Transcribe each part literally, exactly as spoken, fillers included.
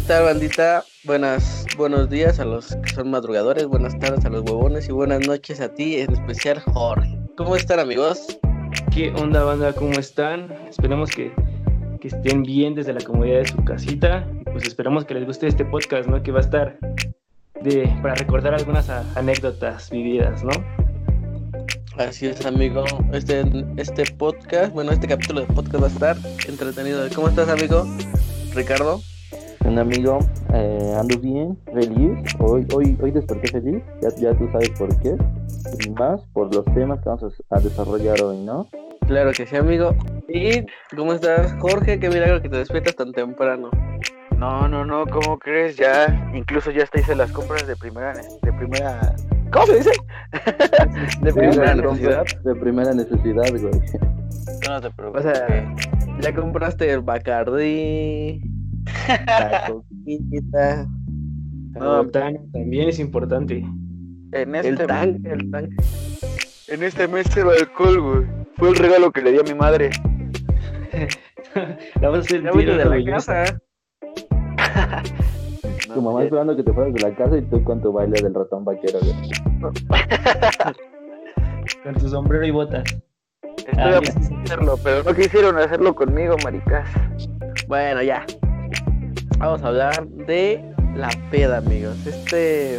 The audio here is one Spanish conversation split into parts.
tal, bandita? Buenas, buenos días a los que son madrugadores, buenas tardes a los huevones y buenas noches a ti, en especial Jorge. ¿Cómo están, amigos? ¿Qué onda, banda? ¿Cómo están? Esperemos que, que estén bien desde la comodidad de su casita. Y pues esperamos que les guste este podcast, ¿no? Que va a estar de, para recordar algunas a, anécdotas vividas, ¿no? Así es, amigo. Este, este podcast, bueno, este capítulo de podcast va a estar entretenido. ¿Cómo estás, amigo? Ricardo. Un amigo, eh, ando bien, feliz. Hoy, hoy, hoy desperté feliz. Ya, ya tú sabes por qué. Y más por los temas que vamos a, a desarrollar hoy, ¿no? Claro que sí, amigo. ¿Y cómo estás, Jorge? Qué milagro que te despiertas tan temprano. No, no, no, ¿cómo crees? Ya, incluso ya hasta hice las compras de primera, de primera, ¿cómo se dice? De primera De necesidad. De primera necesidad, güey. No te O preocupes. sea, ya compraste el Bacardí, la coquita, No, El tan- también es importante. en el este, tank, el tank. en este mes cero alcohol, güey. Fue el regalo que le di a mi madre. La vas a hacer Ya vete de la orgullosa. casa. Tu mamá esperando que te fueras de la casa y tú con tu baile del ratón vaquero, güey. Con tu sombrero y botas. Estoy Ah, a ya. punto de hacerlo, pero no quisieron hacerlo conmigo, maricas. Bueno, ya. Vamos a hablar de la peda, amigos. Este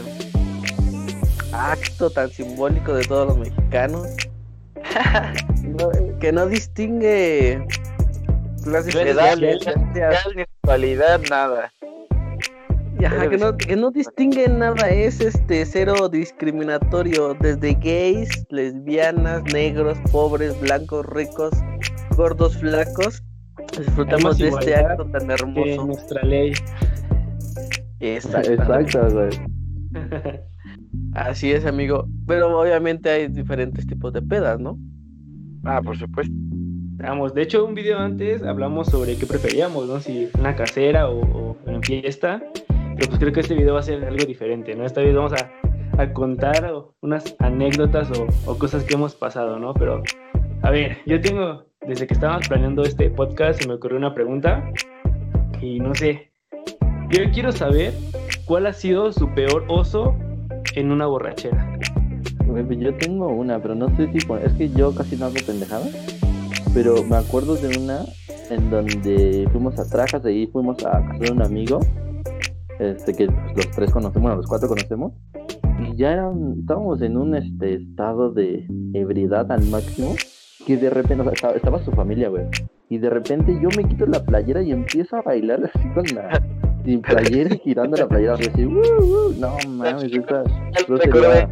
acto tan simbólico de todos los mexicanos. No, que no distingue clases Clases sociales, sociales. ya sea- Ni actualidad, nada. y ajá, que no, que no distingue nada, es este cero discriminatorio, desde gays, lesbianas, negros, pobres, blancos, ricos, gordos, flacos. Disfrutamos Hay de más este igualdad acto tan Que hermoso. nuestra ley. Exacto. Exacto, güey. Así es, amigo. Pero obviamente hay diferentes tipos de pedas, ¿no? Ah, por supuesto. Vamos, de hecho, un video antes hablamos sobre qué preferíamos, ¿no? Si una casera o, o en fiesta. Pero pues creo que este video va a ser algo diferente, ¿no? Esta vez vamos a, a contar unas anécdotas o, o cosas que hemos pasado, ¿no? Pero, a ver, yo tengo, desde que estábamos planeando este podcast, se me ocurrió una pregunta. Y no sé, yo quiero saber cuál ha sido su peor oso en una borrachera. Güey, pues yo tengo una, pero no sé si... pon- Es que yo casi no hago pendejadas. Pero me acuerdo de una en donde fuimos a Trajas, de ahí fuimos a casa de un amigo. Este, que pues, los tres conocemos, bueno, los cuatro conocemos. Y ya eran, estábamos en un este estado de ebriedad al máximo. Que de repente, o sea, estaba, estaba su familia, güey. Y de repente yo me quito la playera y empiezo a bailar así con la... Sin playera y girando la playera así, uh, uh, no mames, esa... no sería-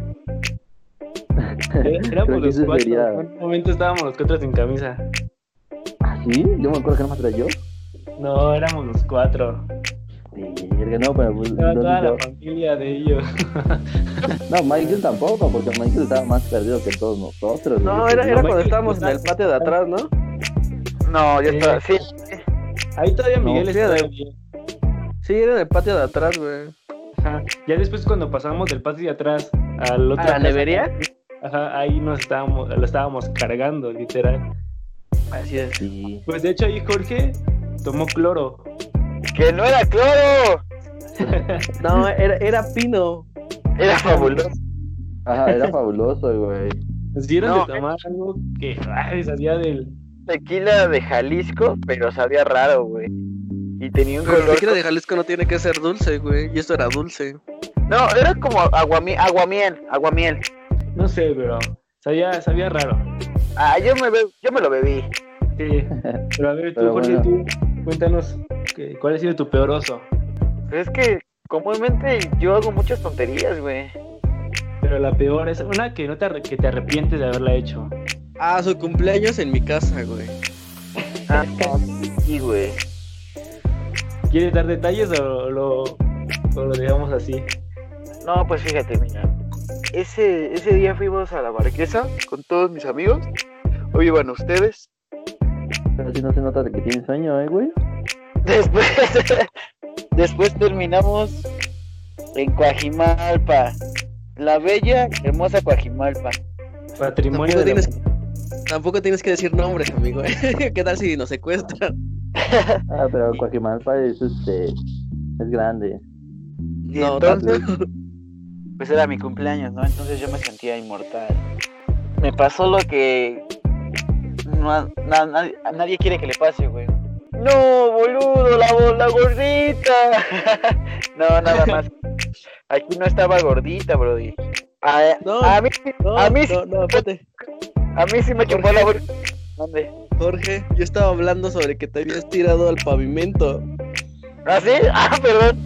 Éramos Creo que los ese cuatro, sería- en un momento estábamos los cuatro sin camisa. ¿Ah, sí? Yo me acuerdo que no me traía yo. No, éramos los cuatro. Verga, no, pero pues, Estaba toda entonces la familia de ellos. yo... No, Michael tampoco, porque Michael estaba más perdido que todos nosotros. No, güey. era, era No, cuando Michael, estábamos en está- el patio de atrás, ¿no? No, ya Eh, está. Sí, Ahí todavía No, Miguel sí, estaba de- bien. Sí, era en el patio de atrás, güey. Ajá. Ya después cuando pasamos del patio de atrás al otro ¿A la nevería? Ajá, ahí nos estábamos, lo estábamos cargando, literal. Así es. Sí. Pues de hecho ahí Jorge tomó cloro. que no era cloro. No, era, era pino. Era fabuloso. Ajá, era fabuloso, güey. Nos dieron No, de tomar algo que ay, salía del... Tequila de Jalisco, pero sabía raro, güey. Y tenía un Pero el color. tequila de Jalisco no tiene que ser dulce, güey. Y esto era dulce. No, era como aguamiel, aguamiel, aguamiel. No sé, pero sabía, sabía raro. Ah, yo me, be- yo me lo bebí. Sí. Pero a ver, tú, Pero Jorge, bueno. tú, cuéntanos que- cuál ha sido tu peor oso. Pero es que comúnmente yo hago muchas tonterías, güey. Pero la peor es una que no te, arre- que te arrepientes de haberla hecho. Ah, su cumpleaños en mi casa, güey. Ah, sí, güey. ¿Quieres dar detalles o lo, o lo dejamos así? No, pues fíjate, mira. Ese, ese día fuimos a la Marquesa con todos mis amigos. Hoy iban ustedes. Pero si no se nota de que tienes sueño, ¿eh, güey? Después, después terminamos en Coajimalpa. La bella, hermosa Coajimalpa. Patrimonio Tampoco de la tienes, tampoco tienes que decir nombres, amigo. ¿Eh? ¿Qué tal si nos secuestran? Ah, pero Coajimalpa es este... es grande. Y No, entonces, tanto. pues era mi cumpleaños, ¿no? Entonces yo me sentía inmortal. Me pasó lo que no, a, na- nadie, a nadie quiere que le pase, güey. No, boludo, la, go- la gordita. No, nada más. Aquí no estaba gordita, brody. A, No, a mí, No, a mí sí, no, no, espérate. a mí sí me chupó la gordita. ¿Dónde? Jorge, yo estaba hablando sobre que te habías tirado al pavimento. ¿Ah, sí? Ah, perdón.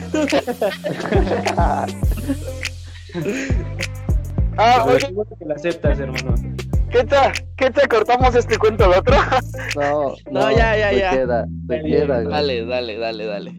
Ah, Pero oye, qué bueno que lo aceptas, hermano. ¿qué tal? ¿Qué tal? ¿Cortamos este cuento al otro? No, No, ya, ya, se ya. queda, se Está bien, queda, güey. Dale, dale, dale, dale.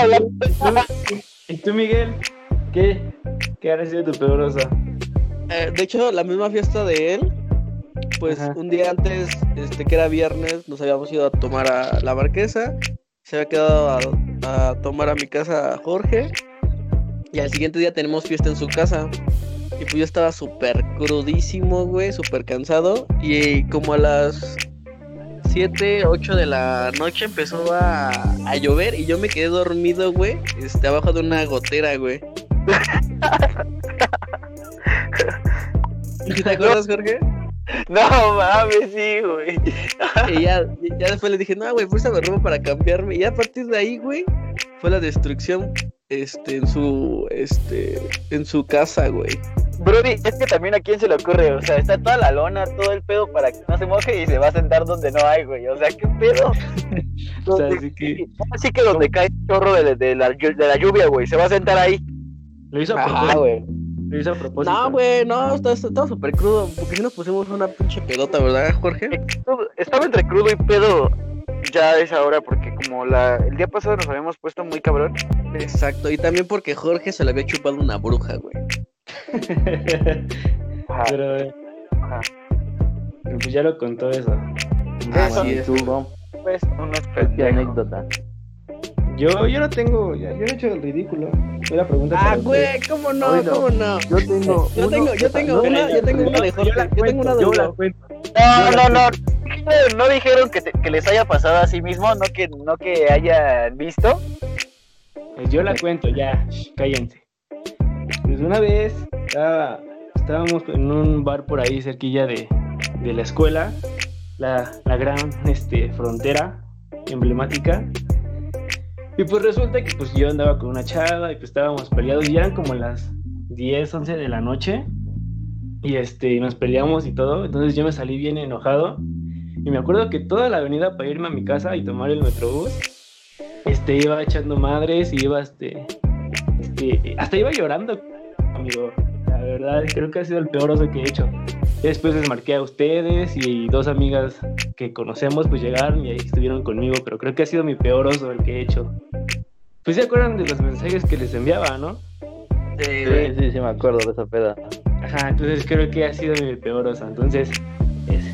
¿Y tú, Miguel? ¿Qué? ¿Qué ha sido tu peor oso? Eh, de hecho, la misma fiesta de él, pues Ajá. un día antes, este que era viernes, nos habíamos ido a tomar a la Marquesa. Se había quedado a, a tomar a mi casa Jorge. Y al siguiente día tenemos fiesta en su casa. Y pues yo estaba súper crudísimo, güey, súper cansado. Y como a las siete, ocho de la noche empezó a, a llover. Y yo me quedé dormido, güey, este, abajo de una gotera, güey. ¿Sí te acuerdas, Jorge? No mames, sí, güey. Y ya, ya después le dije, no, güey, préstame ropa para cambiarme. Y a partir de ahí, güey, fue la destrucción, este, en su, este, en su casa, güey. Brody, es que también a quién se le ocurre, o sea, está toda la lona, todo el pedo para que no se moje y se va a sentar donde no hay, güey. O sea, ¿qué pedo? O sea, Donde- así que Así que donde cae el chorro de, de la, de la lluvia, güey, se va a sentar ahí. lo hizo a Ajá, propósito. güey. Lo hizo a propósito. No, güey, no, estaba estaba súper crudo, porque si nos pusimos una pinche pedota, ¿verdad, Jorge? Estaba entre crudo y pedo ya a esa hora, porque como la, el día pasado nos habíamos puesto muy cabrón. Exacto, y también porque Jorge se le había chupado una bruja, güey. Ajá, pero, eh, ajá. pero pues ya lo contó eso. Ah, Eso bueno, es. tú, Bom, Pues unos ¿qué pendejos. anécdota? Yo, yo no tengo, ya, yo he hecho el ridículo. Fue la pregunta Ah, para usted. güey, ¿cómo no? Oílo. ¿Cómo no? Yo tengo. Yo uno- tengo, yo tengo no, una, yo tengo una de Jorge, la yo tengo una de yo la Hugo. cuento. No, no, no. No dijeron que, te- que les haya pasado a sí mismo, no que, no que hayan visto. Pues yo la cuento, ya, shh, cállense. Pues una vez estaba, estábamos en un bar por ahí cerquilla de, de la escuela, la, la gran este, frontera emblemática. Y pues resulta que pues yo andaba con una chava y pues estábamos peleados y eran como las diez, once de la noche. Y este, nos peleamos y todo, entonces yo me salí bien enojado. Y me acuerdo que toda la avenida para irme a mi casa y tomar el metrobús, este, iba echando madres y iba, este, este, hasta iba llorando, amigo. La verdad, creo que ha sido el peor oso que he hecho. Y después les marqué a ustedes y dos amigas que conocemos, pues llegaron y ahí estuvieron conmigo, pero creo que ha sido mi peor oso el que he hecho. Pues se acuerdan de los mensajes que les enviaba, ¿no? Sí, Sí, güey. sí, sí, me acuerdo de esa peda. Ajá, entonces creo que ha sido mi peor oso, entonces, ese.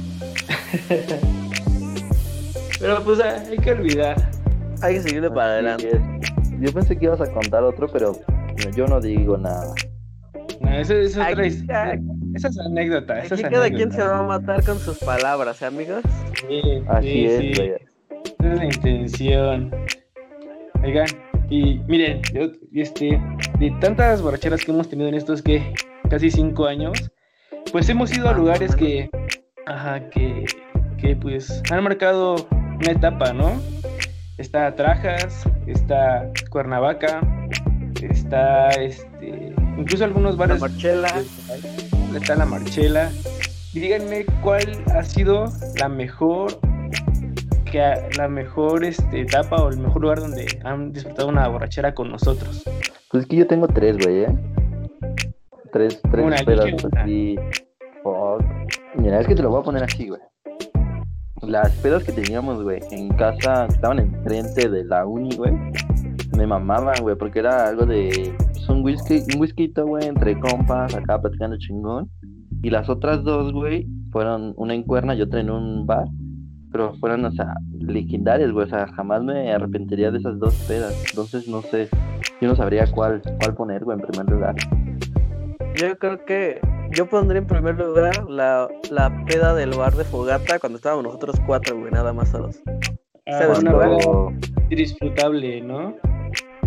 Pero pues ah, hay que olvidar. Hay que seguirle para Así adelante. es. Yo pensé que ibas a contar otro, pero yo no digo nada. No, eso, eso es otra Aquí, historia. Esa es anécdota, esa Aquí es cada anécdota. quien se va a matar con sus palabras, ¿eh, amigos? Sí, Así sí, es, sí. güey. Esa es la intención. Oigan, y miren, yo, este, de tantas borracheras que hemos tenido en estos que casi cinco años, pues hemos ido a Más o lugares menos. que, ajá, que, que pues han marcado una etapa, ¿no? Está Trajas, está Cuernavaca, está este, incluso algunos La bares. Marchela. Está la Marchela. Díganme cuál ha sido la mejor que ha- la mejor este, etapa o el mejor lugar donde han disfrutado una borrachera con nosotros. Pues es que yo tengo tres, güey, ¿eh? Tres, tres Una, pedas elige una. así. Fuck. Mira, es que te lo voy a poner así, güey. Las pedas que teníamos, güey, en casa, que estaban enfrente de la uni, güey, me mamaban, güey, porque era algo de pues, un whisky, un whisky, güey, entre compas, acá platicando chingón. Y las otras dos, güey, fueron una en Cuerna y otra en un bar. Pero fueron, o sea, legendarias, güey. O sea, jamás me arrepentiría de esas dos pedas. Entonces, no sé. Yo no sabría cuál, cuál poner, güey, en primer lugar. Yo creo que yo pondría en primer lugar la, la peda del bar de Fogata cuando estábamos nosotros cuatro, güey, nada más solos. Ah, ¿Sabes una cuál? verdad Cuando... disfrutable, ¿no?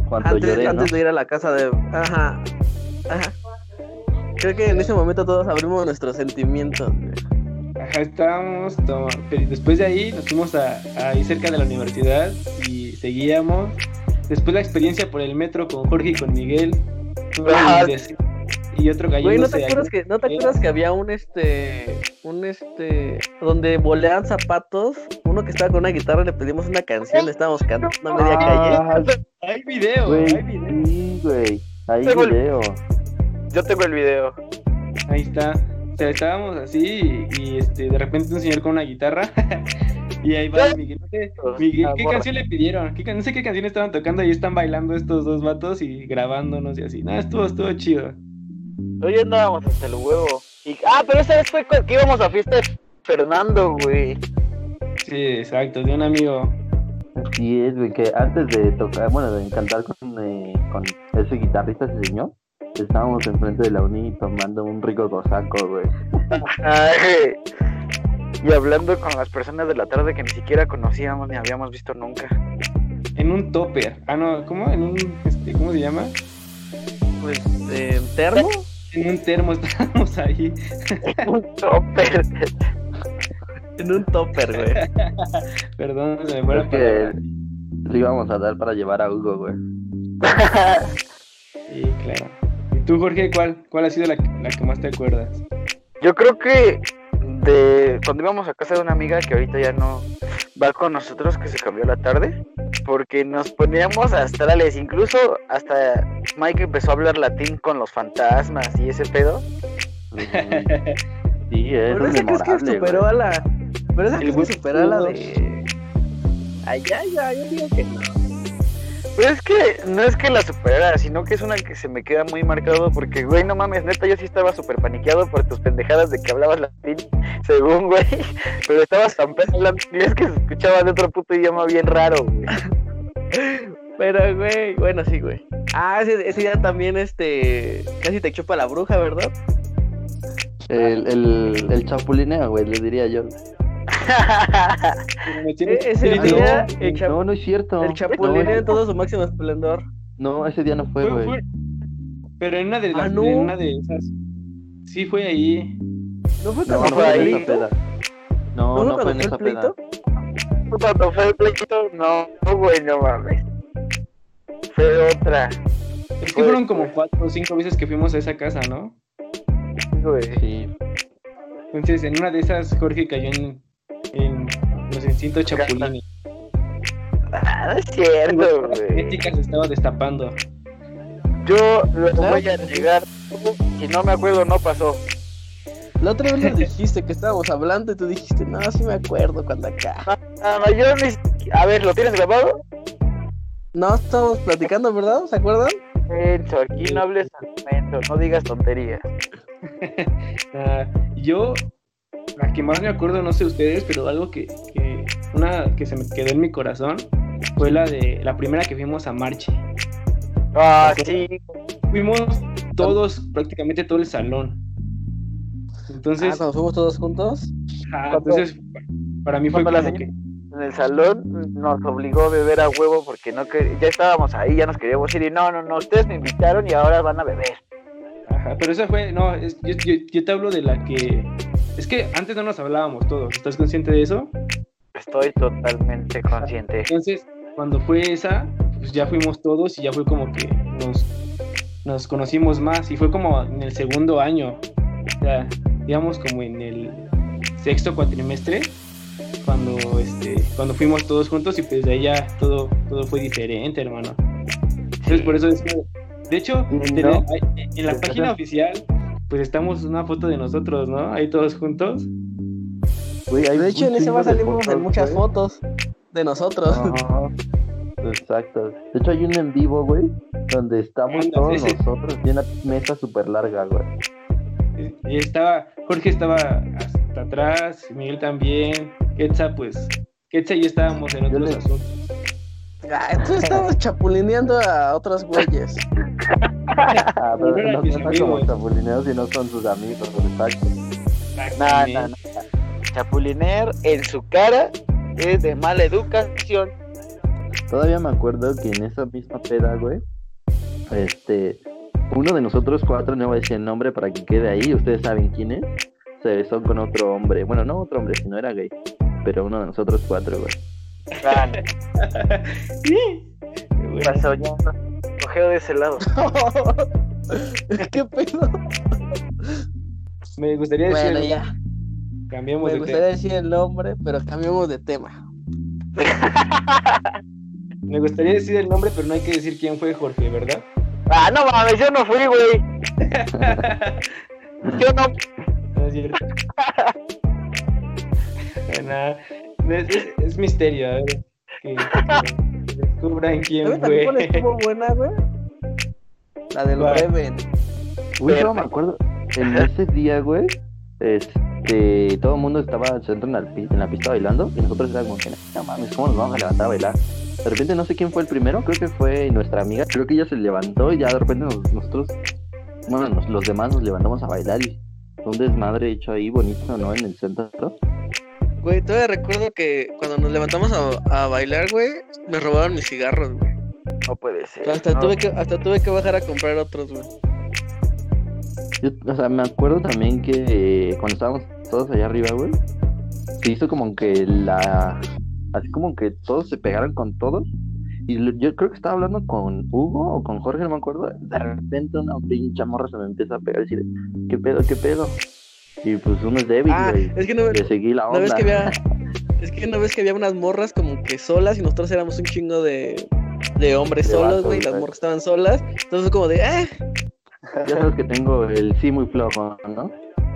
Cuando Antes, lloré, ¿no? antes de ir a la casa de... Ajá. Ajá. Creo que en ese momento todos abrimos nuestros sentimientos, güey. Ajá, estábamos, toma, pero después de ahí nos fuimos a, a ahí cerca de la universidad y seguíamos. Después la experiencia por el metro con Jorge y con Miguel. Ah, Y, y otro Güey, ¿no cayéndose te acuerdas que, no te acuerdas que había un este, un este, donde boleaban zapatos, uno que estaba con una guitarra, le pedimos una canción, le estábamos cantando a media calle? Ah, Hay video, güey, hay video. sí, güey. Hay Tengo el- video. Yo tengo el video. Ahí está. O sea, estábamos así y, y, este, de repente un señor con una guitarra y ahí va Miguel. No sé, Miguel, ¿qué canción le pidieron? ¿Qué, can- no sé qué canción estaban tocando y están bailando estos dos vatos y grabándonos y así. No, estuvo, estuvo chido. Hoy andábamos hasta el huevo. Y... Ah, pero esa vez fue cu- que íbamos a fiesta de Fernando, güey. Sí, exacto, de un amigo. Así es, güey, que antes de tocar, bueno, de cantar con, eh, con ese guitarrista, ese señor, estábamos enfrente de la uni tomando un rico cosaco, güey. Ay, y hablando con las personas de la tarde que ni siquiera conocíamos ni habíamos visto nunca. En un topper. Ah, no, ¿cómo? En un, este, ¿cómo se llama? Pues, eh, ¿termo? En un termo estábamos ahí. Un topper. En un topper, güey. Perdón, se me fue Es la que palabra. le íbamos a dar para llevar a Hugo, güey. Sí, claro. ¿Y tú, Jorge, cuál, cuál ha sido la, la que más te acuerdas? Yo creo que de cuando íbamos a casa de una amiga que ahorita ya no va con nosotros, que se cambió la tarde, porque nos poníamos astrales, incluso hasta Mike empezó a hablar latín con los fantasmas y ese pedo. Sí, eso Pero es esa crees que memorable, superó güey. a la... Pero esa El crees que Wii superó a la dos. de... Ay, ya, ya, yo digo que no. Pero es que no es que la superara, sino que es una que se me queda muy marcado porque, güey, no mames, neta, yo sí estaba súper paniqueado por tus pendejadas de que hablabas latín, según, güey, pero estabas tan pedo hablando inglés que se escuchaba de otro puto idioma bien raro, güey. Pero, güey, bueno, sí, güey. Ah, ese, ese día también, este... Casi te chupa la bruja, ¿verdad? El, el, el chapulineo, güey, le diría yo. Me tiene- E- ese tiene- día, no, el, cha- no, no es cierto. el chapulineo No, en todo su máximo esplendor. no, ese día no fue, Fue- güey. fue- Pero en una de las, Ah, ¿no? en una de esas. Sí, fue ahí. ¿No fue No, cuando no fue fue el en esa pleito? peda. No, ¿No no fue fue en cuando esa fue el peda. pleito? Cuando fue el pleito, no, güey, no mames. Fue otra, Es que fueron como cuatro o cinco veces que fuimos a esa casa, ¿no? güey. Sí. Entonces, en una de esas, Jorge cayó en, en los instintos chapulines. Ah, no es cierto, La güey. genética se estaba destapando. Yo lo voy a negar, si no me acuerdo, no pasó. La otra vez nos dijiste que estábamos hablando y tú dijiste, no, sí me acuerdo cuando acá. Ah, no, yo ni... A ver, ¿lo tienes grabado? No, estábamos platicando, ¿verdad? ¿Se acuerdan? Menso, aquí no hables argumentos, no digas tonterías. Ah, yo, la que más me acuerdo, no sé ustedes, pero algo que, que una que se me quedó en mi corazón fue la de la primera que fuimos a Marchi. Ah, sí. Fuimos todos, prácticamente todo el salón. Ah, Entonces, cuando fuimos todos juntos. ah, entonces para mí fue Cuando como la que En el salón nos obligó a beber a huevo porque no que... ya estábamos ahí, ya nos queríamos ir y no, no, no, ustedes me invitaron y ahora van a beber. ajá, pero esa fue, no, es- yo, yo, yo te hablo de la que, es que antes no nos hablábamos todos, ¿estás consciente de eso? Estoy totalmente consciente. Entonces, cuando fue esa, pues ya fuimos todos y ya fue como que nos, nos conocimos más y fue como en el segundo año, o sea, digamos como en el sexto cuatrimestre, cuando, este, cuando fuimos todos juntos y pues de ahí ya todo, todo fue diferente, hermano. Entonces, por eso es que, de hecho, No. tenía- hay- en la Sí, página ajá. oficial, pues estamos una foto de nosotros, ¿no? Ahí todos juntos. Güey, hay De hecho, un en ese chingo va de salimos fotos, en muchas güey. fotos de nosotros. Ajá. Exacto. De hecho, hay un en vivo, güey, donde estamos Anda, todos ese. nosotros y una mesa súper larga, güey. Y estaba, Jorge estaba hasta atrás, Miguel también, Quetza, pues, Quetza y yo estábamos en Yo otros le- asuntos. Ah, tú estabas chapulineando a otros güeyes. Ah, pero Pero no mis cuenta como amigos. chapulineos si no son sus amigos, exacto. No, no, no. Chapulinear en su cara es de mala educación. Todavía me acuerdo que en esa misma peda, güey, este, uno de nosotros cuatro, no voy a decir el nombre para que quede ahí, ustedes saben quién es, se besó con otro hombre, bueno, no otro hombre, sino era gay, pero uno de nosotros cuatro, güey. Vale. Pasó ya. Cogeo de ese lado. ¿Qué pedo? Me gustaría decir. Bueno, ya. Cambiemos Me de gustaría tema. decir el nombre, pero cambiemos de tema. Me gustaría decir el nombre, pero no hay que decir quién fue Jorge, ¿verdad? Ah, no mames, yo no fui, güey. Yo no. No es cierto. Nah, es, es, es misterio, a ver. Que, que descubran quién ¿Sabes fue. también cuál estuvo buena, güey? La del ¿Cuál? Reven. Uy, yo me acuerdo, en ese día, güey, este, todo el mundo estaba sentado en la, pi- en la pista bailando y nosotros estábamos como que, no mames, ¿cómo nos vamos a levantar a bailar? De repente no sé quién fue el primero, creo que fue nuestra amiga, creo que ella se levantó y ya de repente nos- nosotros, bueno, nos- los demás nos levantamos a bailar y fue un desmadre hecho ahí bonito, ¿no? En el centro. Güey, todavía recuerdo que cuando nos levantamos a, a bailar, güey, me robaron mis cigarros, güey. No puede ser. Hasta, no. tuve que, hasta tuve que bajar a comprar otros, güey. Yo, o sea, me acuerdo también que eh, cuando estábamos todos allá arriba, güey, se hizo como que la... Así como que todos se pegaron con todos. Y lo- yo creo que estaba hablando con Hugo o con Jorge, no me acuerdo. De repente una pinche morra se me empieza a pegar y decir, ¿qué pedo, qué pedo? Y pues uno es débil, Ah, güey. es que no, Le seguí la ¿no onda. ves que había... Es que no ves que había unas morras como que solas y nosotros éramos un chingo de, de hombres De solos, vatos, güey, y las güey. morras estaban solas. Entonces fue como de, eh, Ya sabes que tengo el sí muy flojo, ¿no?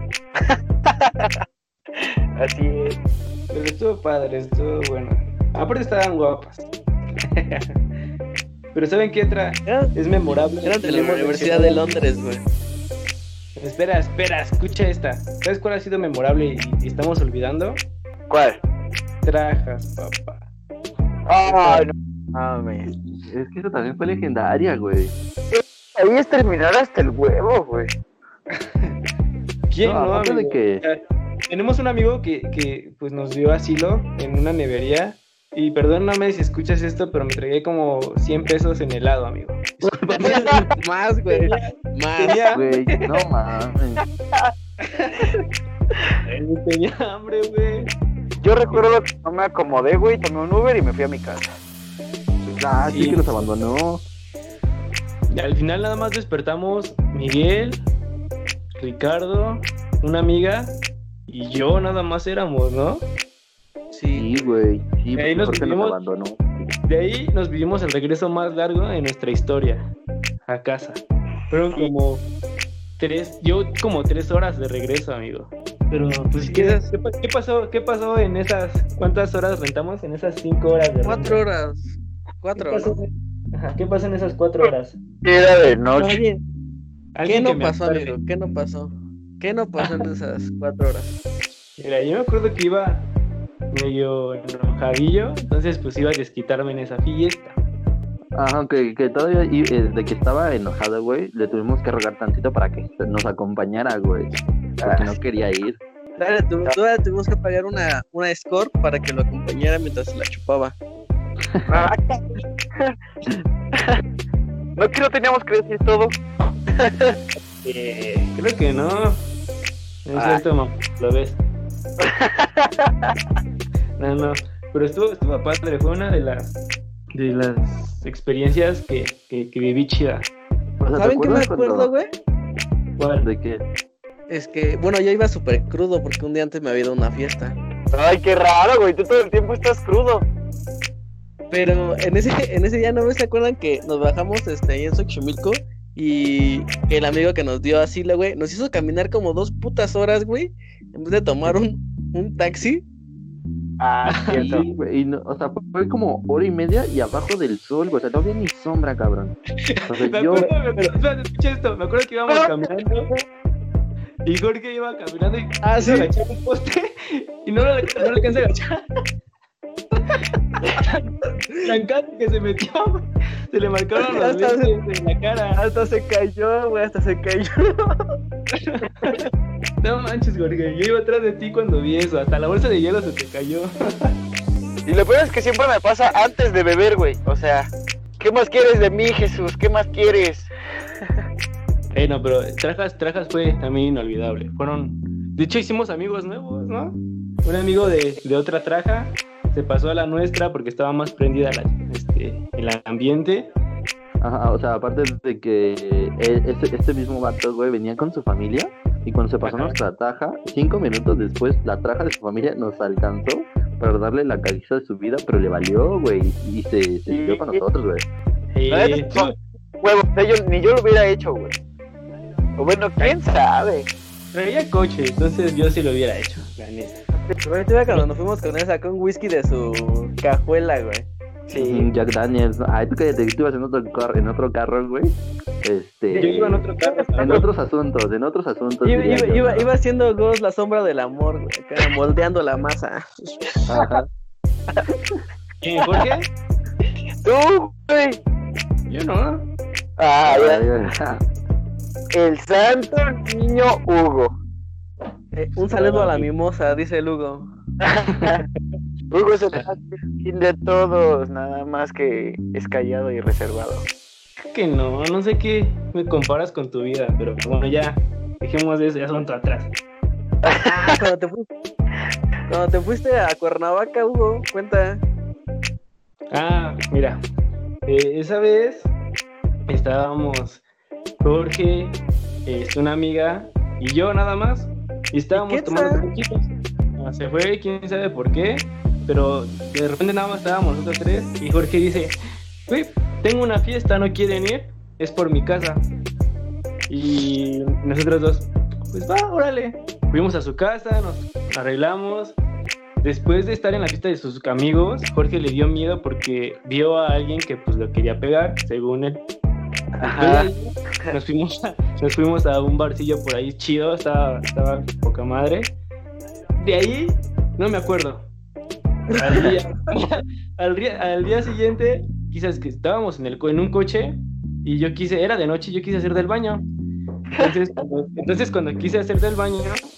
Así es. Pero estuvo padre, estuvo bueno. Aparte estaban guapas. Pero ¿saben qué otra eran, es memorable? eran de la Tenemos- Universidad de Londres, güey. Espera, espera, escucha esta. ¿Sabes cuál ha sido memorable y, y estamos olvidando? ¿Cuál? Trajas, papá. Ay, no mames. Es que eso también fue legendaria, güey. Ahí es terminar hasta el huevo, güey. ¿Quién No, no, aparte de amigo? que- O sea, tenemos un amigo que, que pues nos dio asilo en una nevería. Y perdóname si escuchas esto, pero me tragué como cien pesos en helado, amigo. Más, güey. Más. Tenía, Güey, no mames. tenía hambre, güey. Yo recuerdo que no me acomodé, güey, tomé un Uber y me fui a mi casa. Ah, sí, Sí. que nos abandonó. Y al final nada más despertamos Miguel, Ricardo, una amiga y yo nada más éramos, ¿no? Sí. Sí, güey. Sí, Ahí nos porque nos vivimos- abandonó. De ahí nos vivimos el regreso más largo en nuestra historia a casa. Fueron como tres, yo como tres horas de regreso, amigo. Pero pues ¿qué, Esas- qué, pa- qué pasó? ¿Qué pasó en esas cuántas horas rentamos en esas cinco horas de Cuatro renta? horas. ¿Qué Cuatro, pasó? ¿no? Ajá, ¿qué pasó en esas cuatro horas? Era de noche. Oye, ¿qué Alguien no que me pasó, acuerde. amigo? ¿Qué no pasó? ¿Qué no pasó en esas cuatro horas? Mira, yo me acuerdo que iba medio enojadillo, entonces pues iba a desquitarme en esa fiesta. Ajá, que, que todavía, y, eh, de que estaba enojado, güey, le tuvimos que rogar tantito para que nos acompañara, güey. Porque no quería ir. Todavía tu- todavía tuvimos que pagar una, una score para que lo acompañara mientras se la chupaba. Ah, ¿no que no teníamos que decir todo? Eh, creo que no. No es Ah. cierto, mamá, lo ves. No, no, pero estuvo, estuvo padre, fue una de las de las experiencias que, que, que viví chida. O sea, ¿te ¿Saben qué me acuerdas acuerdo, cuando- güey? ¿Cuál? ¿De qué? Es que, bueno, yo iba súper crudo porque un día antes me había ido a una fiesta. Ay, qué raro, güey. Tú todo el tiempo estás crudo. Pero en ese, en ese día, ¿no se acuerdan que nos bajamos este, ahí en Xochimilco? Y el amigo que nos dio asilo, güey, nos hizo caminar como dos putas horas, güey, en vez de tomar un, un taxi. Ah, cierto. Sí, güey, y no- o sea, fue como hora y media y abajo del sol, güey, o sea, no había ni sombra, cabrón. O sea, Me yo... acuerdo, me acuerdo, espérate, escucha esto, me acuerdo que íbamos caminando y Jorge iba caminando y Ah, quiso sí. agachar un poste y no lo, no lo alcanza a agachar. Trancado que se metió, güey. Se le marcaron los Hasta se- lentes en la cara. Hasta se cayó, güey, hasta se cayó. No manches, Jorge, yo iba atrás de ti cuando vi eso, hasta la bolsa de hielo se te cayó. Y lo peor es que siempre me pasa antes de beber, güey. O sea, ¿qué más quieres de mí, Jesús? ¿Qué más quieres? Eh, no, pero Trajas, Trajas fue también inolvidable. Fueron, de hecho hicimos amigos nuevos, ¿no? Un amigo de, de otra Traja se pasó a la nuestra porque estaba más prendida la, este, el ambiente. Ajá, o sea, aparte de que él, este, este mismo vato, güey, venía con su familia y cuando se pasó Ajá. nuestra Traja, cinco minutos después, la Traja de su familia nos alcanzó para darle la caliza de su vida, pero le valió, güey, y se, se siguió con nosotros, güey. Eh, La neta, no, huevo, o sea, yo- ni yo lo hubiera hecho, güey. O bueno, quién sabe. traía coche, entonces yo sí lo hubiera hecho, la neta. Güey, todavía cuando nos fuimos con él sacó un whisky de su cajuela, güey. Sí. Jack Daniels, ¿no? Ay, tú cállate, que tú ibas en otro, car- en otro carro, güey. Este... Yo iba en otro carro. En otros asuntos, en otros asuntos. Iba, diría iba, yo, iba, ¿no? iba haciendo Ghost la sombra del amor, güey, acá, moldeando la masa. Ajá. ¿Quién, Jorge? Tú, güey. Yo no. Ah, ya. Ay, ay. El santo niño Hugo. Eh, un saludo a la mimosa, dice el Hugo. Hugo es el más fin de todos, nada más que es callado y reservado. Que no, no sé qué me comparas con tu vida, pero bueno, ya, dejemos de eso, ya son atrás. Ah, cuando te fuiste, cuando te fuiste a Cuernavaca, Hugo, cuenta. Ah, mira, eh, esa vez estábamos Jorge, este, una amiga y yo nada más, y estábamos ¿Y qué tomando tal? tranquilos. Ah, se fue, quién sabe por qué, pero de repente nada más estábamos nosotros tres y Jorge dice, güey, tengo una fiesta, ¿no quieren ir? Es por mi casa. Y nosotros dos, pues va, órale. Fuimos a su casa, nos arreglamos. Después de estar en la fiesta de sus amigos, Jorge le dio miedo porque vio a alguien que pues lo quería pegar, según él. Ajá. Después de ahí, nos fuimos a, nos fuimos a un barcillo por ahí chido, estaba, estaba poca madre. De ahí, no me acuerdo. Al día, al día, al día siguiente, quizás que estábamos en, el, co- en un coche y yo quise, era de noche, yo quise hacer del baño. Entonces, cuando, entonces cuando quise hacer del baño,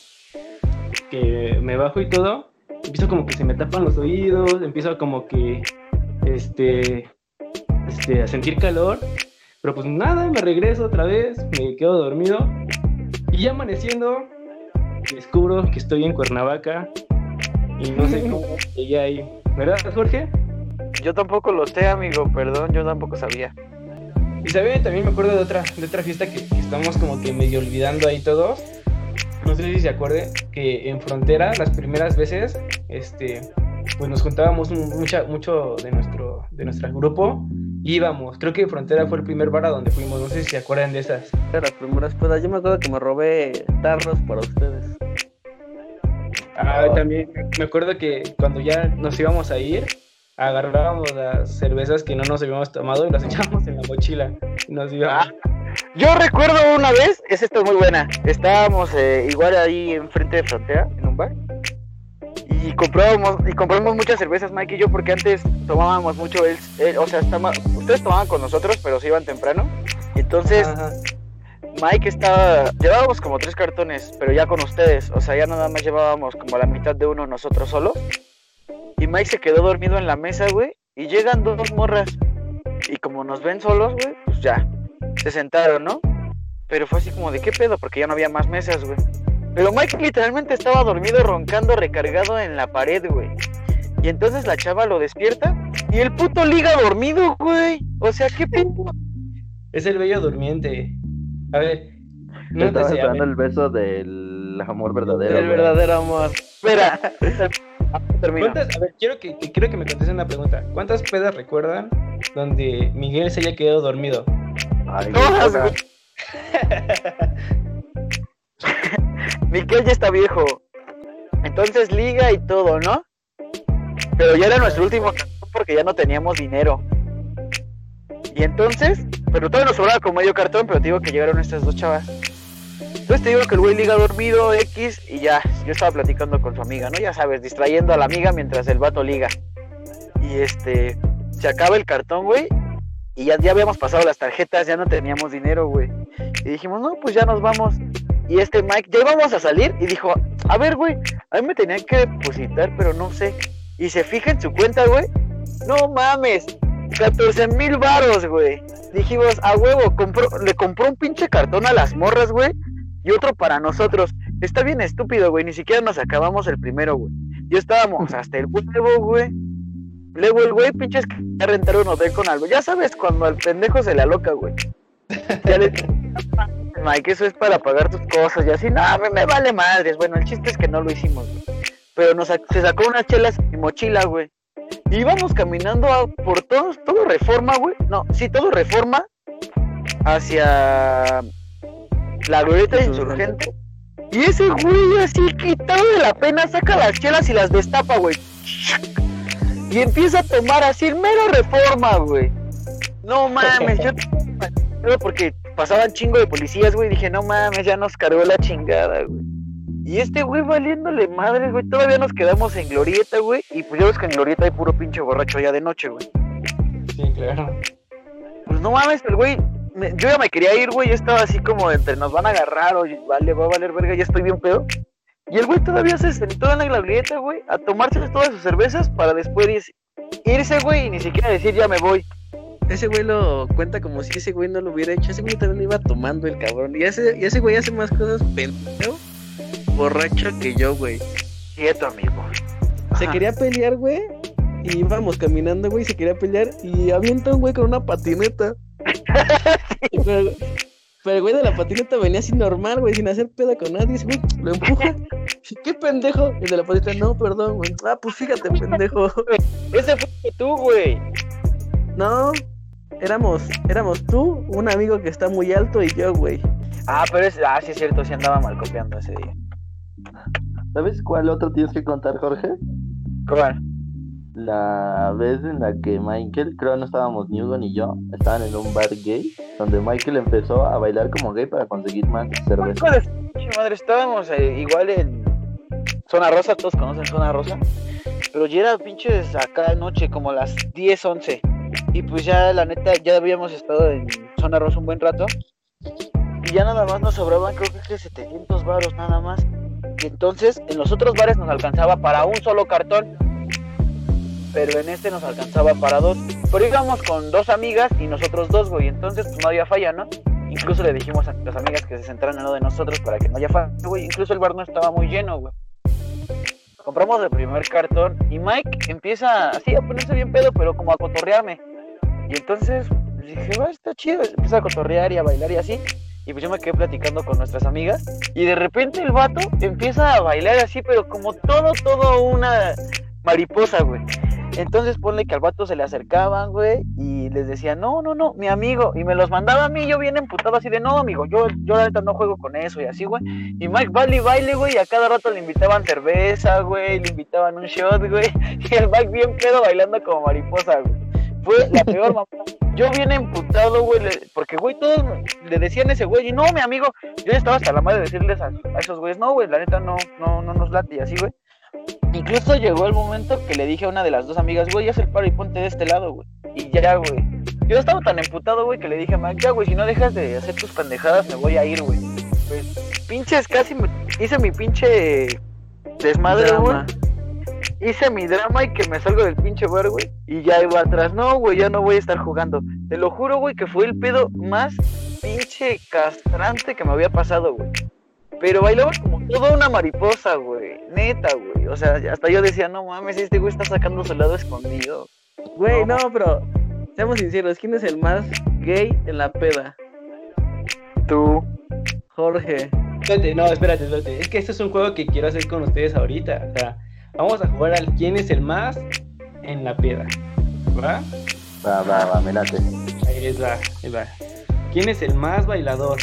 que me bajo y todo, empiezo como que se me tapan los oídos, empiezo como que este, este, a sentir calor, pero pues nada, me regreso otra vez, me quedo dormido y ya amaneciendo descubro que estoy en Cuernavaca y no sé cómo llegué ahí, ¿verdad, Jorge? Yo tampoco lo sé, amigo, perdón, yo tampoco sabía. Y saben, también me acuerdo de otra, de otra fiesta que, que estamos como que medio olvidando ahí todos. No sé si se acuerde que en Frontera, las primeras veces, este, pues nos juntábamos un- mucha, mucho de nuestro, de nuestro grupo y íbamos. Creo que Frontera fue el primer bar a donde fuimos, no sé si se acuerdan de esas. De las primeras pedas, yo me acuerdo que me robé tarros para ustedes. Ah, también me acuerdo que cuando ya nos íbamos a ir, agarrábamos las cervezas que no nos habíamos tomado y las echábamos en la mochila y nos íbamos. Yo recuerdo una vez, esa está muy buena. Estábamos eh, igual ahí enfrente de Frontera, en un bar. Y comprábamos, y compramos muchas cervezas, Mike y yo, porque antes tomábamos mucho él, él, o sea, estaba, ustedes tomaban con nosotros, pero se iban temprano. Y entonces Ajá. Mike estaba, llevábamos como tres cartones, pero ya con ustedes, o sea, ya nada más llevábamos como la mitad de uno nosotros solos. Y Mike se quedó dormido en la mesa, güey, y llegan dos morras. Y como nos ven solos, güey, pues ya, se sentaron, ¿no? Pero fue así como de, ¿qué pedo? Porque ya no había más mesas, güey. Pero Mike literalmente estaba dormido, roncando, recargado en la pared, güey. Y entonces la chava lo despierta y el puto liga dormido, güey. O sea, ¿qué pedo? Es el bello durmiente. A ver, Yo no estaba te sé, a esperando ver. el beso del amor verdadero. El güey. verdadero amor. Espera, termina. ¿Cuántas, a ver, quiero que, que quiero que me contesten una pregunta. ¿Cuántas pedas recuerdan donde Miguel se haya quedado dormido? Ay, Todas, güey. güey. Miquel ya está viejo. Entonces liga y todo, ¿no? Pero ya era nuestro último cartón porque ya no teníamos dinero. Y entonces, pero todavía nos sobraba como medio cartón, pero te digo que llegaron estas dos chavas. Entonces te digo que el güey liga dormido, X, y ya, yo estaba platicando con su amiga, ¿no? Ya sabes, distrayendo a la amiga mientras el vato liga. Y este, se acaba el cartón, güey, y ya, ya habíamos pasado las tarjetas, ya no teníamos dinero, güey. Y dijimos, no, pues ya nos vamos. Y este Mike, ya íbamos a salir, y dijo, a ver, güey, a mí me tenían que depositar, pero no sé. y se fija en su cuenta, güey. No mames, catorce mil varos, güey. Dijimos, a huevo, compró, le compró un pinche cartón a las morras, güey, y otro para nosotros. Está bien estúpido, güey, ni siquiera nos acabamos el primero, güey. Ya estábamos hasta el huevo, güey. Luego el güey, pinches, que ya rentaron un hotel con algo. Ya sabes, cuando al pendejo se le aloca, güey. Ya le Mike, eso es para pagar tus cosas y así. No, me, me vale madres. Bueno, el chiste es que no lo hicimos, güey. Pero nos se sacó unas chelas en mi mochila, güey. Y íbamos caminando a, por todos, todo Reforma, güey. No, sí, todo Reforma. Hacia la glorieta de Insurgente. Y ese güey así quitado de la pena saca las chelas y las destapa, güey. Y empieza a tomar así el mero Reforma, güey. No mames, yo porque pasaban chingo de policías, güey. Dije, no mames, ya nos cargó la chingada, güey. Y este güey valiéndole madres, güey. Todavía nos quedamos en glorieta, güey. Y pues ya ves que en glorieta hay puro pinche borracho ya de noche, güey. Sí, claro. Pues no mames, el güey. Me, yo ya me quería ir, güey. Yo estaba así como entre nos van a agarrar o vale, va a valer verga, ya estoy bien pedo. Y el güey todavía se sentó en la glorieta, güey, a tomarse todas sus cervezas para después irse, irse, güey, y ni siquiera decir ya me voy. Ese güey lo cuenta como si ese güey no lo hubiera hecho. Ese güey también iba tomando el cabrón. Y ese, y ese güey hace más cosas pendejo, borracho que yo, güey. Quieto, amigo. Se quería pelear, güey. Y íbamos caminando, güey, se quería pelear. Y avienta un güey con una patineta. Sí. Pero, pero el güey de la patineta venía así normal, güey, sin hacer pedo con nadie. Ese güey lo empuja. ¿Qué pendejo? El de la patineta, no, perdón, güey. Ah, pues fíjate, pendejo. Ese fue tú, güey. No, éramos, éramos tú, un amigo que está muy alto y yo, güey. Ah, pero es, ah, sí es cierto, sí andaba mal copiando ese día. ¿Sabes cuál otro tienes que contar, Jorge? ¿Cuál? La vez en la que Michael, creo no estábamos ni Hugo ni yo, estaban en un bar gay, donde Michael empezó a bailar como gay para conseguir más cerveza. Madre, estábamos eh, igual en Zona Rosa, todos conocen Zona Rosa, pero ya era pinches acá noche, como las diez, once. Y pues ya, la neta, ya habíamos estado en Zona Rosa un buen rato. Y ya nada más nos sobraban, creo que setecientos varos nada más. Y entonces, en los otros bares nos alcanzaba para un solo cartón. Pero en este nos alcanzaba para dos. Pero íbamos con dos amigas y nosotros dos, güey. Entonces, pues no había falla, ¿no? Incluso le dijimos a las amigas que se sentaran en lo de nosotros para que no haya falla, güey. Incluso el bar no estaba muy lleno, güey. Compramos el primer cartón y Mike empieza así a ponerse bien pedo, pero como a cotorrearme. Y entonces dije, va, está chido. Empieza a cotorrear y a bailar y así. Y pues yo me quedé platicando con nuestras amigas. Y de repente el vato empieza a bailar así, pero como todo, todo una mariposa, güey. Entonces ponle que al vato se le acercaban, güey, y les decía, no, no, no, mi amigo. Y me los mandaba a mí, yo bien emputado así de, no, amigo, yo, yo la neta no juego con eso y así, güey. Y Mike baile y baile, güey, y a cada rato le invitaban cerveza, güey, le invitaban un shot, güey. Y el Mike bien pedo bailando como mariposa, güey. Fue la peor mamá. Yo bien emputado, güey, porque, güey, todos le decían a ese güey, y no, mi amigo, yo ya estaba hasta la madre de decirles a, a esos güeyes, no, güey, la neta no, no, no nos late y así, güey. Incluso llegó el momento que le dije a una de las dos amigas, güey, haz el paro y ponte de este lado, güey. Y ya, güey. Yo estaba tan emputado, güey, que le dije a Mike, ya, güey, si no dejas de hacer tus pendejadas, me voy a ir, güey. Pues, pinches, casi me... hice mi pinche desmadre, güey. Hice mi drama y que me salgo del pinche bar, güey. Y ya iba atrás, no, güey, ya no voy a estar jugando. Te lo juro, güey, que fue el pedo más pinche castrante que me había pasado, güey. Pero bailaba como toda una mariposa, güey. Neta, güey. O sea, hasta yo decía, no mames, este güey está sacando su lado escondido. Güey, no, no, pero seamos sinceros, ¿quién es el más gay en la peda? Tú. Jorge. Espérate, no, espérate, espérate. Es que esto es un juego que quiero hacer con ustedes ahorita. O sea, vamos a jugar al quién es el más en la peda. ¿Va? Va, va, va, me late. Ahí va, ahí va. ¿Quién es el más bailador?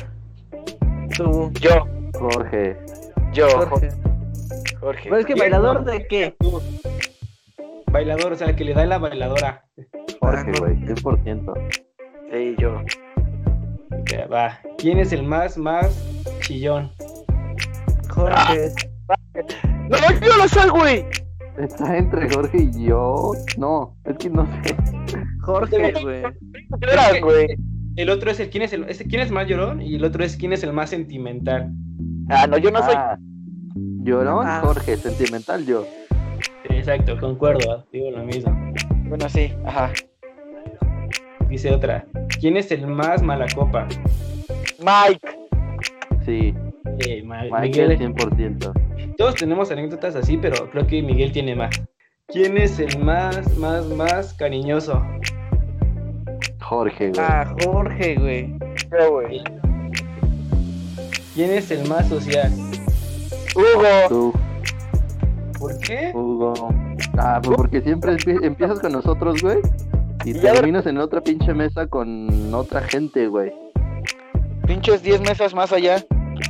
Tú. Yo. Jorge. Yo. Jorge. Jorge. Pero es que bailador de qué? Bailador, o sea, que le da la bailadora. Jorge, güey, cien por ciento. Sí, yo. Ya, va. ¿Quién es el más, más chillón? Jorge. ¡No, yo lo soy, güey! Está entre Jorge y yo. No, es que no sé. Jorge, güey. Lloras, güey. El otro es el quién es el ese, quién es más llorón y el otro es quién es el más sentimental. Ah, no, yo no soy. Ah, llorón, Ah. Jorge, sentimental yo. Sí, exacto, concuerdo, digo lo mismo. Bueno, sí, ajá. Dice otra, ¿quién es el más mala copa? Mike. Sí, Eh, Ma- Michael Miguel, cien por ciento. todos tenemos anécdotas así, pero creo que Miguel tiene más. ¿Quién es el más, más, más cariñoso? Jorge, güey. Ah, Jorge, güey. Yo, güey. ¿Quién es el más social? Hugo. Tú, ¿Por qué? Hugo. Ah, pues porque siempre empie- empiezas con nosotros, güey. Y Y ya- terminas en otra pinche mesa con otra gente, güey. Pinches diez mesas más allá.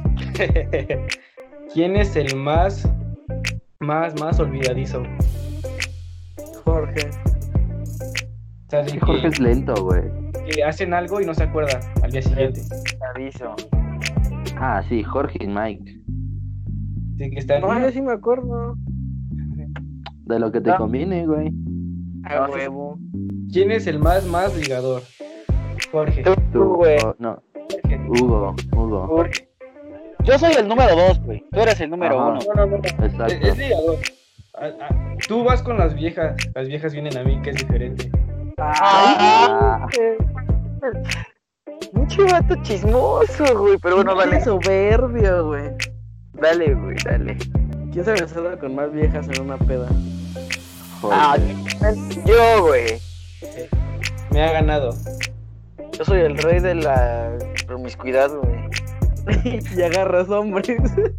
¿Quién es el más, más, más olvidadizo? Jorge. O sea, de Es que Jorge que, es lento, güey. que hacen algo y no se acuerdan al día siguiente. Te aviso. Ah, sí, Jorge y Mike. De que están... No, yo sí me acuerdo. De lo que te Ah. conviene, güey. A No, sí. huevo. ¿Quién es el más, más ligador? Jorge. Tú, Tú, güey. oh, no, Jorge. Hugo, Hugo. Jorge. Yo soy el número dos, güey. Tú eres el número Ajá. uno. No, no, no. no. Exacto. Es, es ligador. Ah, ah, tú vas con las viejas. Las viejas vienen a mí, que es diferente. Ah, Mucho vato chismoso, güey. Pero bueno, Qué dale. soberbio, güey. Dale, güey, dale. ¿Quién se besaba con más viejas en una peda? Ah, Jorge. yo, güey. Me ha ganado. Yo soy el rey de la promiscuidad, güey. Y agarras hombres.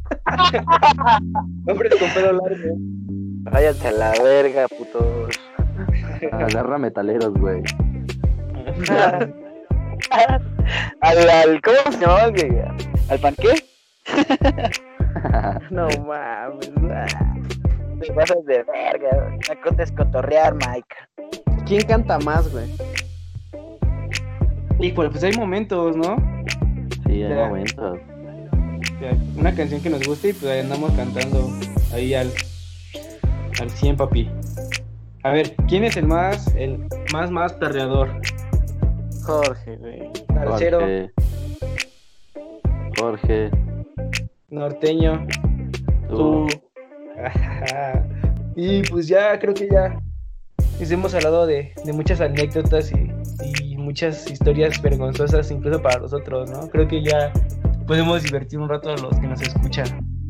Hombres con pelo largo. Váyanse a la verga, putos. Agarra metaleros, güey. al, al, ¿cómo se llamaba el que? ¿Al panqué? No mames. Te pasas de verga. No contes cotorrear, Mike. ¿Quién canta más, güey? Y pues, pues hay momentos, ¿no? Sí, hay Ya. momentos. O sea, una canción que nos guste y pues ahí andamos cantando ahí al, al cien, papi. A ver, ¿quién es el más, el más, más perreador? Jorge, güey. Salsero, Jorge. Jorge. norteño, Tú. tú. Y pues ya, creo que ya les hemos hablado de, de muchas anécdotas y, y muchas historias vergonzosas incluso para nosotros, ¿no? Creo que ya podemos divertir un rato a los que nos escuchan.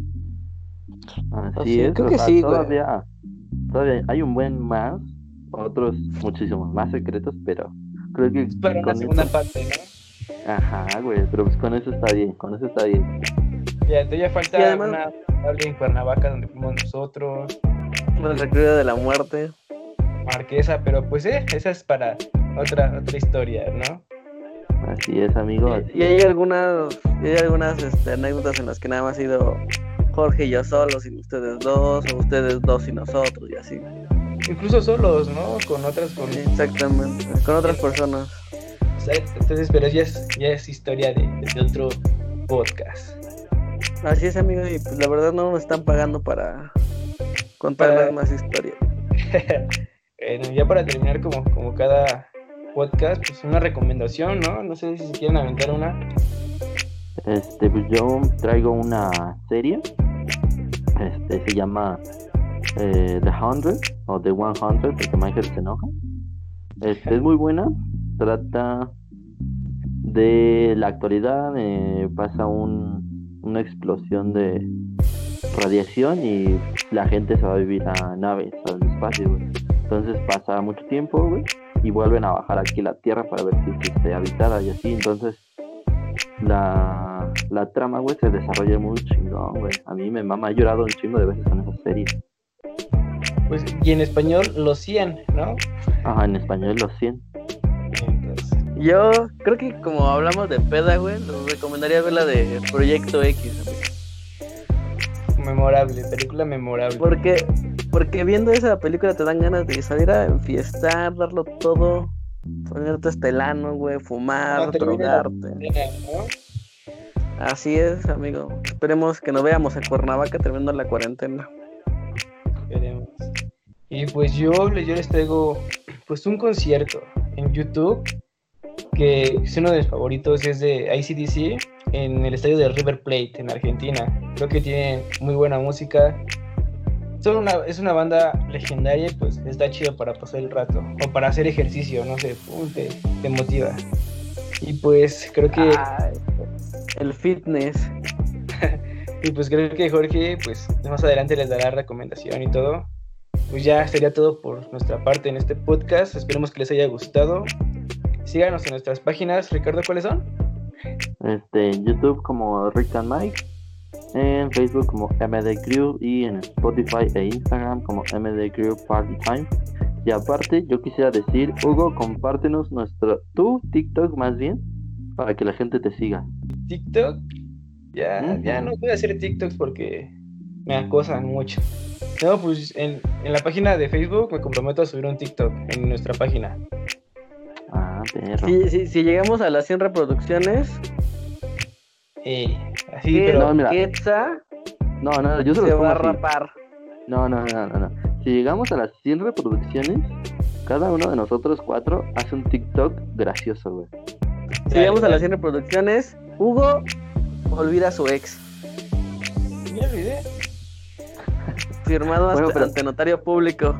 Así Así, es. creo o que sea, sí, güey. todavía, todavía hay un buen más. Otros muchísimos más secretos, pero creo que Es para una con segunda eso- parte, ¿no? Ajá, güey, pero pues con eso está bien, con eso está bien. Ya, todavía falta Y además- una hable en Cuernavaca donde fuimos nosotros, El recreo de la muerte. Marquesa, pero pues eh, esa es para otra otra historia, ¿no? Así es, amigo. así Y hay algunas, y hay algunas este, anécdotas en las que nada más ha sido Jorge y yo solos, y ustedes dos, o ustedes dos y nosotros, y así. Incluso solos, ¿no? Con otras, con... Exactamente, con otras personas. Entonces, pero ya es, ya es historia de, de otro podcast. Así es, amigo, y pues la verdad no nos están pagando para contarles Para- más historias. Bueno, ya para terminar, como, como cada podcast, pues una recomendación, ¿no? No sé si se quieren aventar una. Este, pues yo traigo una serie. Este, se llama eh, The Hundred o The One Hundred, porque Michael se enoja. Este, es muy buena. Trata de la actualidad. Eh, pasa un, una explosión de radiación y la gente se va a vivir a naves, al espacio, güey. Entonces pasa mucho tiempo, güey, y vuelven a bajar aquí a la Tierra para ver si es este, habitada y así. Entonces la, la trama, güey, se desarrolla muy chingón, güey. A mí me mama, he llorado un chingo de veces con esa serie. Pues, y en español, los cien, ¿no? Ajá, en español los cien. Entonces, Yo creo que como hablamos de peda, güey, les recomendaría ver la de Proyecto X, amigo. memorable, película memorable. Porque, porque viendo esa película te dan ganas de salir a enfiestar, darlo todo, ponerte estelano, güey, fumar, No, termina la drogarte. escena, ¿no? Así es, amigo. Esperemos que nos veamos en Cuernavaca terminando la cuarentena. Veremos. Y pues yo, yo les traigo pues un concierto en YouTube que es uno de mis favoritos, es de A C D C en el estadio de River Plate en Argentina. Creo que tienen muy buena música son una, es una banda legendaria y pues está chido para pasar el rato o para hacer ejercicio, no sé, pum, te, te motiva. Y pues creo que... Ay, el fitness. Y pues creo que Jorge, pues más adelante les dará recomendación y todo. Pues ya sería todo por nuestra parte en este podcast. Esperemos que les haya gustado. Síganos en nuestras páginas. Ricardo, ¿cuáles son? Este, en YouTube como Rick and Mike, en Facebook como M D Crew y en Spotify e Instagram como M D Crew Party Time. Y aparte, yo quisiera decir, Hugo, compártenos nuestro, tu TikTok más bien, para que la gente te siga. TikTok. Ya, uh-huh. ya no voy a hacer TikToks porque me acosan mucho. No, pues en, en la página de Facebook me comprometo a subir un TikTok en nuestra página. Ah, perro. Si, si, si llegamos a las cien reproducciones, eh, así, pero no, mira. Quetzal no, no, yo se, se va a así. rapar. No, no, no, no, no. Si llegamos a las cien reproducciones, cada uno de nosotros cuatro hace un TikTok gracioso, güey. Si llegamos a las cien reproducciones, Hugo olvida a su ex. Ya olvidé. Firmado bueno, hasta, pero... ante notario público.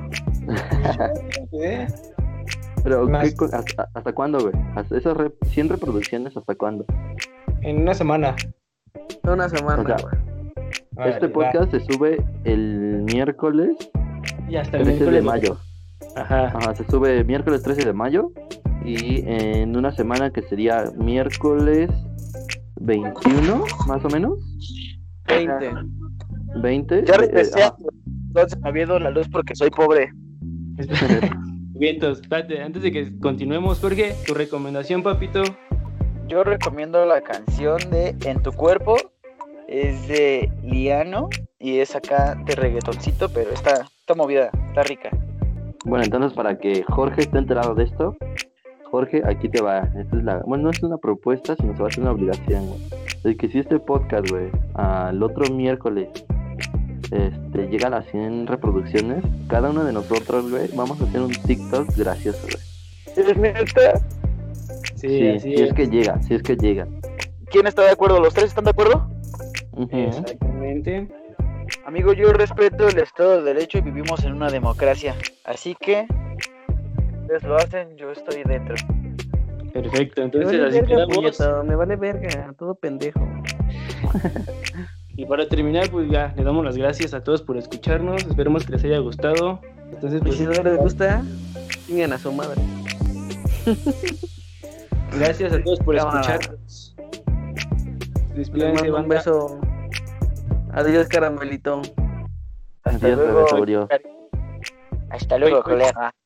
Pero, ¿qué, hasta, ¿hasta cuándo, güey? ¿Hasta esas rep- cien reproducciones hasta cuándo? En una semana. Una semana, o sea, güey. Vale, este podcast va. Se sube el miércoles y hasta el trece de mayo. Ajá. Ajá, se sube miércoles trece de mayo y en una semana que sería miércoles veintiuno, más o menos. veinte. veinte. Ya regresé, eh, ah. entonces me había dado la luz porque soy pobre. Vientos, espérate, antes de que continuemos, Jorge, tu recomendación, papito. Yo recomiendo la canción de En tu cuerpo, es de Liano y es acá de reggaetoncito, pero está, está movida, está rica. Bueno, entonces para que Jorge esté enterado de esto, Jorge, aquí te va. Esta es la, bueno, no es una propuesta, sino se va a hacer una obligación, güey. Es que si este podcast, güey, al otro miércoles este, llega a las cien reproducciones, cada uno de nosotros, güey, vamos a hacer un TikTok gracioso, güey. ¿Es neta? Sí, sí así si es. es que llega, si es que llega. ¿Quién está de acuerdo? ¿Los tres están de acuerdo? Uh-huh. Exactamente. Amigo, yo respeto el Estado de Derecho y vivimos en una democracia. Así que, ustedes lo hacen, yo estoy dentro. Perfecto, Me entonces vale así verga, quedamos. puñeta, me vale verga, todo pendejo. Y para terminar, pues ya le damos las gracias a todos por escucharnos. Esperemos que les haya gustado. Entonces, Y pues, si no les gusta, chinguen a su madre. gracias a todos por Cámara. escucharnos. Les Despídense, mando un banda. beso. Adiós, caramelito. Hasta Adiós, luego. bebé, Hasta luego, Bye, bye. colega.